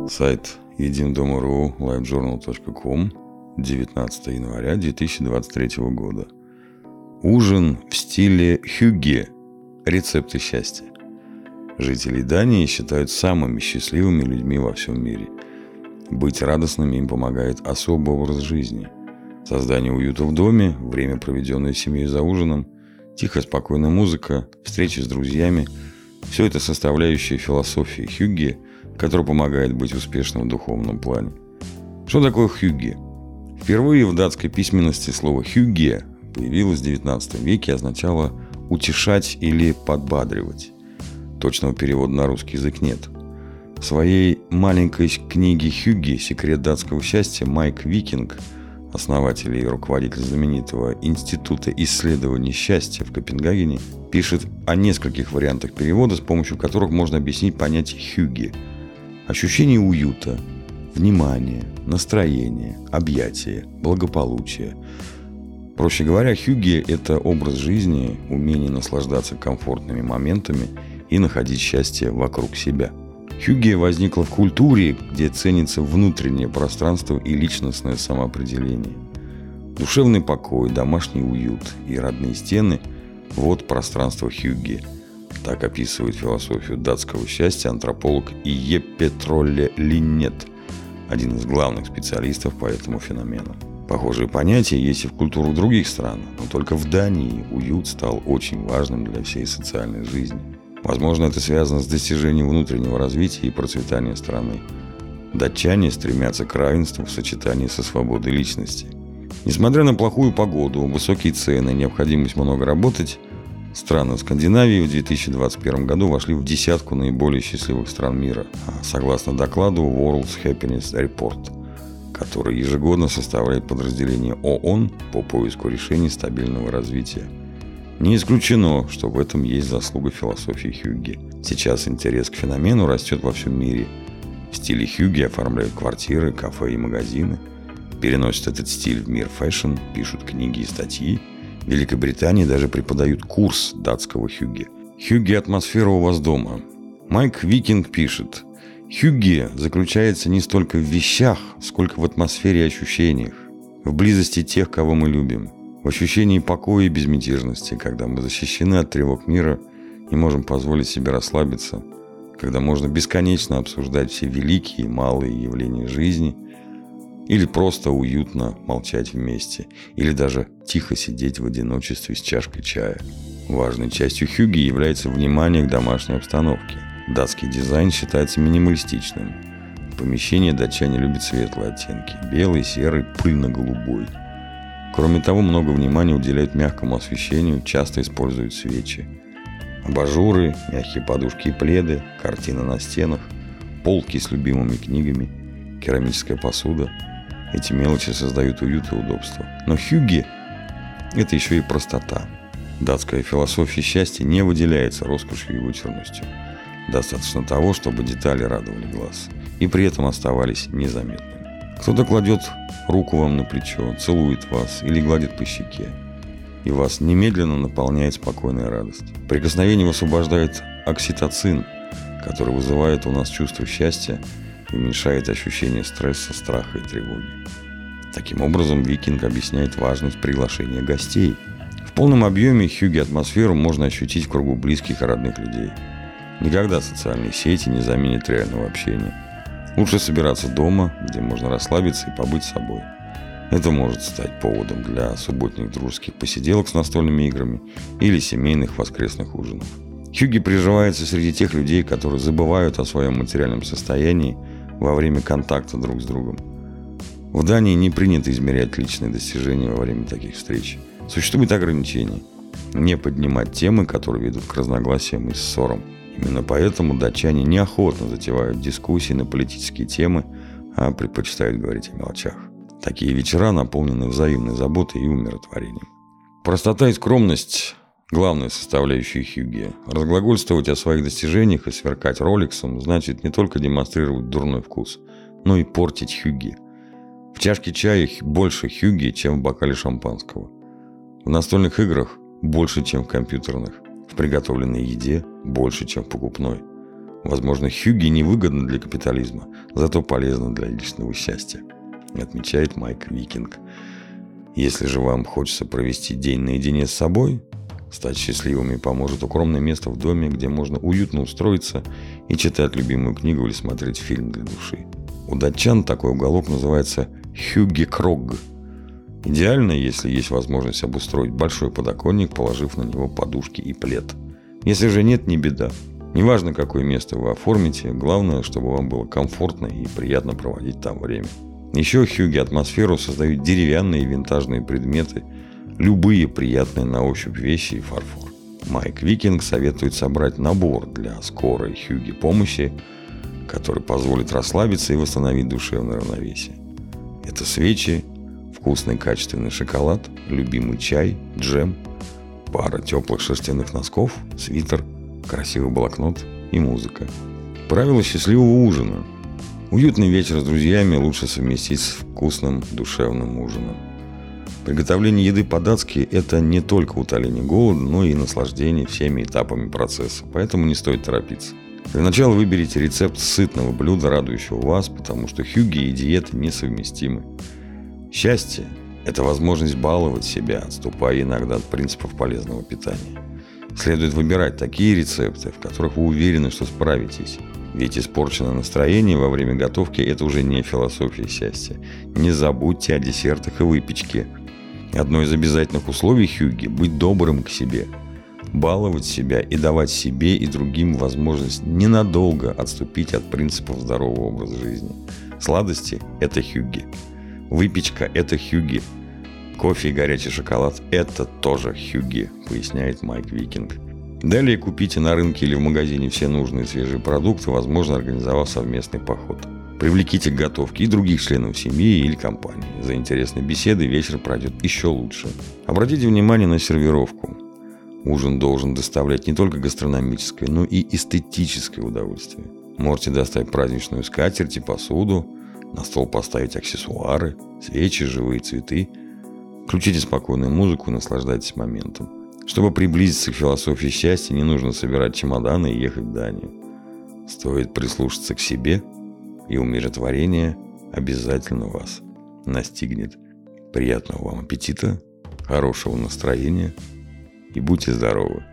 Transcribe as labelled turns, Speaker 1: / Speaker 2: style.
Speaker 1: Сайт единдом.ру, livejournal.com, 19 января 2023 года. Ужин в стиле хюгге. Рецепты счастья. Жители Дании считают самыми счастливыми людьми во всем мире. Быть радостными им помогает особый образ жизни. Создание уюта в доме, время, проведенное семьей за ужином, тихая, спокойная музыка, встречи с друзьями – все это составляющие философии хюгге, которая помогает быть успешным в духовном плане. Что такое хюгге? Впервые в датской письменности слово хюгге появилось в XIX веке и означало «утешать» или «подбадривать». Точного перевода на русский язык нет. В своей маленькой книге «Хюгге. Секрет датского счастья» Майк Викинг, основатель и руководитель знаменитого Института исследований счастья в Копенгагене, пишет о нескольких вариантах перевода, с помощью которых можно объяснить понятие хюгге. Ощущение уюта, внимания, настроения, объятия, благополучия. Проще говоря, хюгге – это образ жизни, умение наслаждаться комфортными моментами и находить счастье вокруг себя. Хюгге возникло в культуре, где ценится внутреннее пространство и личностное самоопределение. Душевный покой, домашний уют и родные стены – вот пространство хюгге. Так описывает философию датского счастья антрополог Еппе Тролле Линнет, один из главных специалистов по этому феномену. Похожие понятия есть и в культурах других стран, но только в Дании уют стал очень важным для всей социальной жизни. Возможно, это связано с достижением внутреннего развития и процветания страны. Датчане стремятся к равенству в сочетании со свободой личности. Несмотря на плохую погоду, высокие цены, необходимость много работать, страны Скандинавии в 2021 году вошли в десятку наиболее счастливых стран мира, согласно докладу World Happiness Report, который ежегодно составляет подразделение ООН по поиску решений стабильного развития. Не исключено, что в этом есть заслуга философии хюгге. Сейчас интерес к феномену растет во всем мире. В стиле хюгге оформляют квартиры, кафе и магазины, переносят этот стиль в мир фэшн, пишут книги и статьи. В Великобритании даже преподают курс датского хюгге. Хюгге – атмосфера у вас дома. Майк Викинг пишет: хюгге заключается не столько в вещах, сколько в атмосфере и ощущениях, в близости тех, кого мы любим, в ощущении покоя и безмятежности, когда мы защищены от тревог мира и можем позволить себе расслабиться, когда можно бесконечно обсуждать все великие и малые явления жизни, или просто уютно молчать вместе, или даже тихо сидеть в одиночестве с чашкой чая. Важной частью хюгге является внимание к домашней обстановке. Датский дизайн считается минималистичным. В помещении датчане любят светлые оттенки – белый, серый, пыльно-голубой. Кроме того, много внимания уделяют мягкому освещению, часто используют свечи. Абажуры, мягкие подушки и пледы, картины на стенах, полки с любимыми книгами, керамическая посуда. Эти мелочи создают уют и удобство. Но хюгге – это еще и простота. Датская философия счастья не выделяется роскошью и вычурностью. Достаточно того, чтобы детали радовали глаз и при этом оставались незаметными. Кто-то кладет руку вам на плечо, целует вас или гладит по щеке, и вас немедленно наполняет спокойная радость. Прикосновение высвобождает окситоцин, который вызывает у нас чувство счастья и уменьшает ощущение стресса, страха и тревоги. Таким образом, Викинг объясняет важность приглашения гостей. В полном объеме хюгге-атмосферу можно ощутить в кругу близких и родных людей. Никогда социальные сети не заменят реального общения. Лучше собираться дома, где можно расслабиться и побыть собой. Это может стать поводом для субботних дружеских посиделок с настольными играми или семейных воскресных ужинов. Хюгге приживается среди тех людей, которые забывают о своем материальном состоянии во время контакта друг с другом. В Дании не принято измерять личные достижения во время таких встреч. Существует ограничение – не поднимать темы, которые ведут к разногласиям и ссорам. Именно поэтому датчане неохотно затевают дискуссии на политические темы, а предпочитают говорить о мелочах. Такие вечера наполнены взаимной заботой и умиротворением. Простота и скромность – главная составляющая хюгге. Разглагольствовать о своих достижениях и сверкать роликсом значит не только демонстрировать дурной вкус, но и портить хюгге. В чашке чая больше хюгге, чем в бокале шампанского. В настольных играх больше, чем в компьютерных. В приготовленной еде больше, чем в покупной. Возможно, хюгге невыгодно для капитализма, зато полезно для личного счастья, отмечает Майк Викинг. Если же вам хочется провести день наедине с собой, стать счастливыми поможет укромное место в доме, где можно уютно устроиться и читать любимую книгу или смотреть фильм для души. У датчан такой уголок называется хюгге-крог. Идеально, если есть возможность обустроить большой подоконник, положив на него подушки и плед. Если же нет, не беда. Неважно, какое место вы оформите, главное, чтобы вам было комфортно и приятно проводить там время. Еще хюгге атмосферу создают деревянные и винтажные предметы, любые приятные на ощупь вещи и фарфор. Майк Викинг советует собрать набор для скорой хюгге помощи, который позволит расслабиться и восстановить душевное равновесие. Это свечи, вкусный качественный шоколад, любимый чай, джем, пара теплых шерстяных носков, свитер, красивый блокнот и музыка. Правило счастливого ужина. Уютный вечер с друзьями лучше совместить с вкусным душевным ужином. Приготовление еды по-датски – это не только утоление голода, но и наслаждение всеми этапами процесса, поэтому не стоит торопиться. Для начала выберите рецепт сытного блюда, радующего вас, потому что хюгге и диеты несовместимы. Счастье – это возможность баловать себя, отступая иногда от принципов полезного питания. Следует выбирать такие рецепты, в которых вы уверены, что справитесь. Ведь испорченное настроение во время готовки – это уже не философия счастья. Не забудьте о десертах и выпечке. Одно из обязательных условий хюгге – быть добрым к себе. Баловать себя и давать себе и другим возможность ненадолго отступить от принципов здорового образа жизни. Сладости – это хюгге. Выпечка – это хюгге. Кофе и горячий шоколад – это тоже хюгге, поясняет Майк Викинг. Далее купите на рынке или в магазине все нужные свежие продукты, возможно, организовав совместный поход. Привлеките к готовке и других членов семьи или компании. За интересной беседой вечер пройдет еще лучше. Обратите внимание на сервировку. Ужин должен доставлять не только гастрономическое, но и эстетическое удовольствие. Можете достать праздничную скатерть и посуду, на стол поставить аксессуары, свечи, живые цветы. Включите спокойную музыку и наслаждайтесь моментом. Чтобы приблизиться к философии счастья, не нужно собирать чемоданы и ехать в Данию. Стоит прислушаться к себе, и умиротворение обязательно вас настигнет. Приятного вам аппетита, хорошего настроения и будьте здоровы!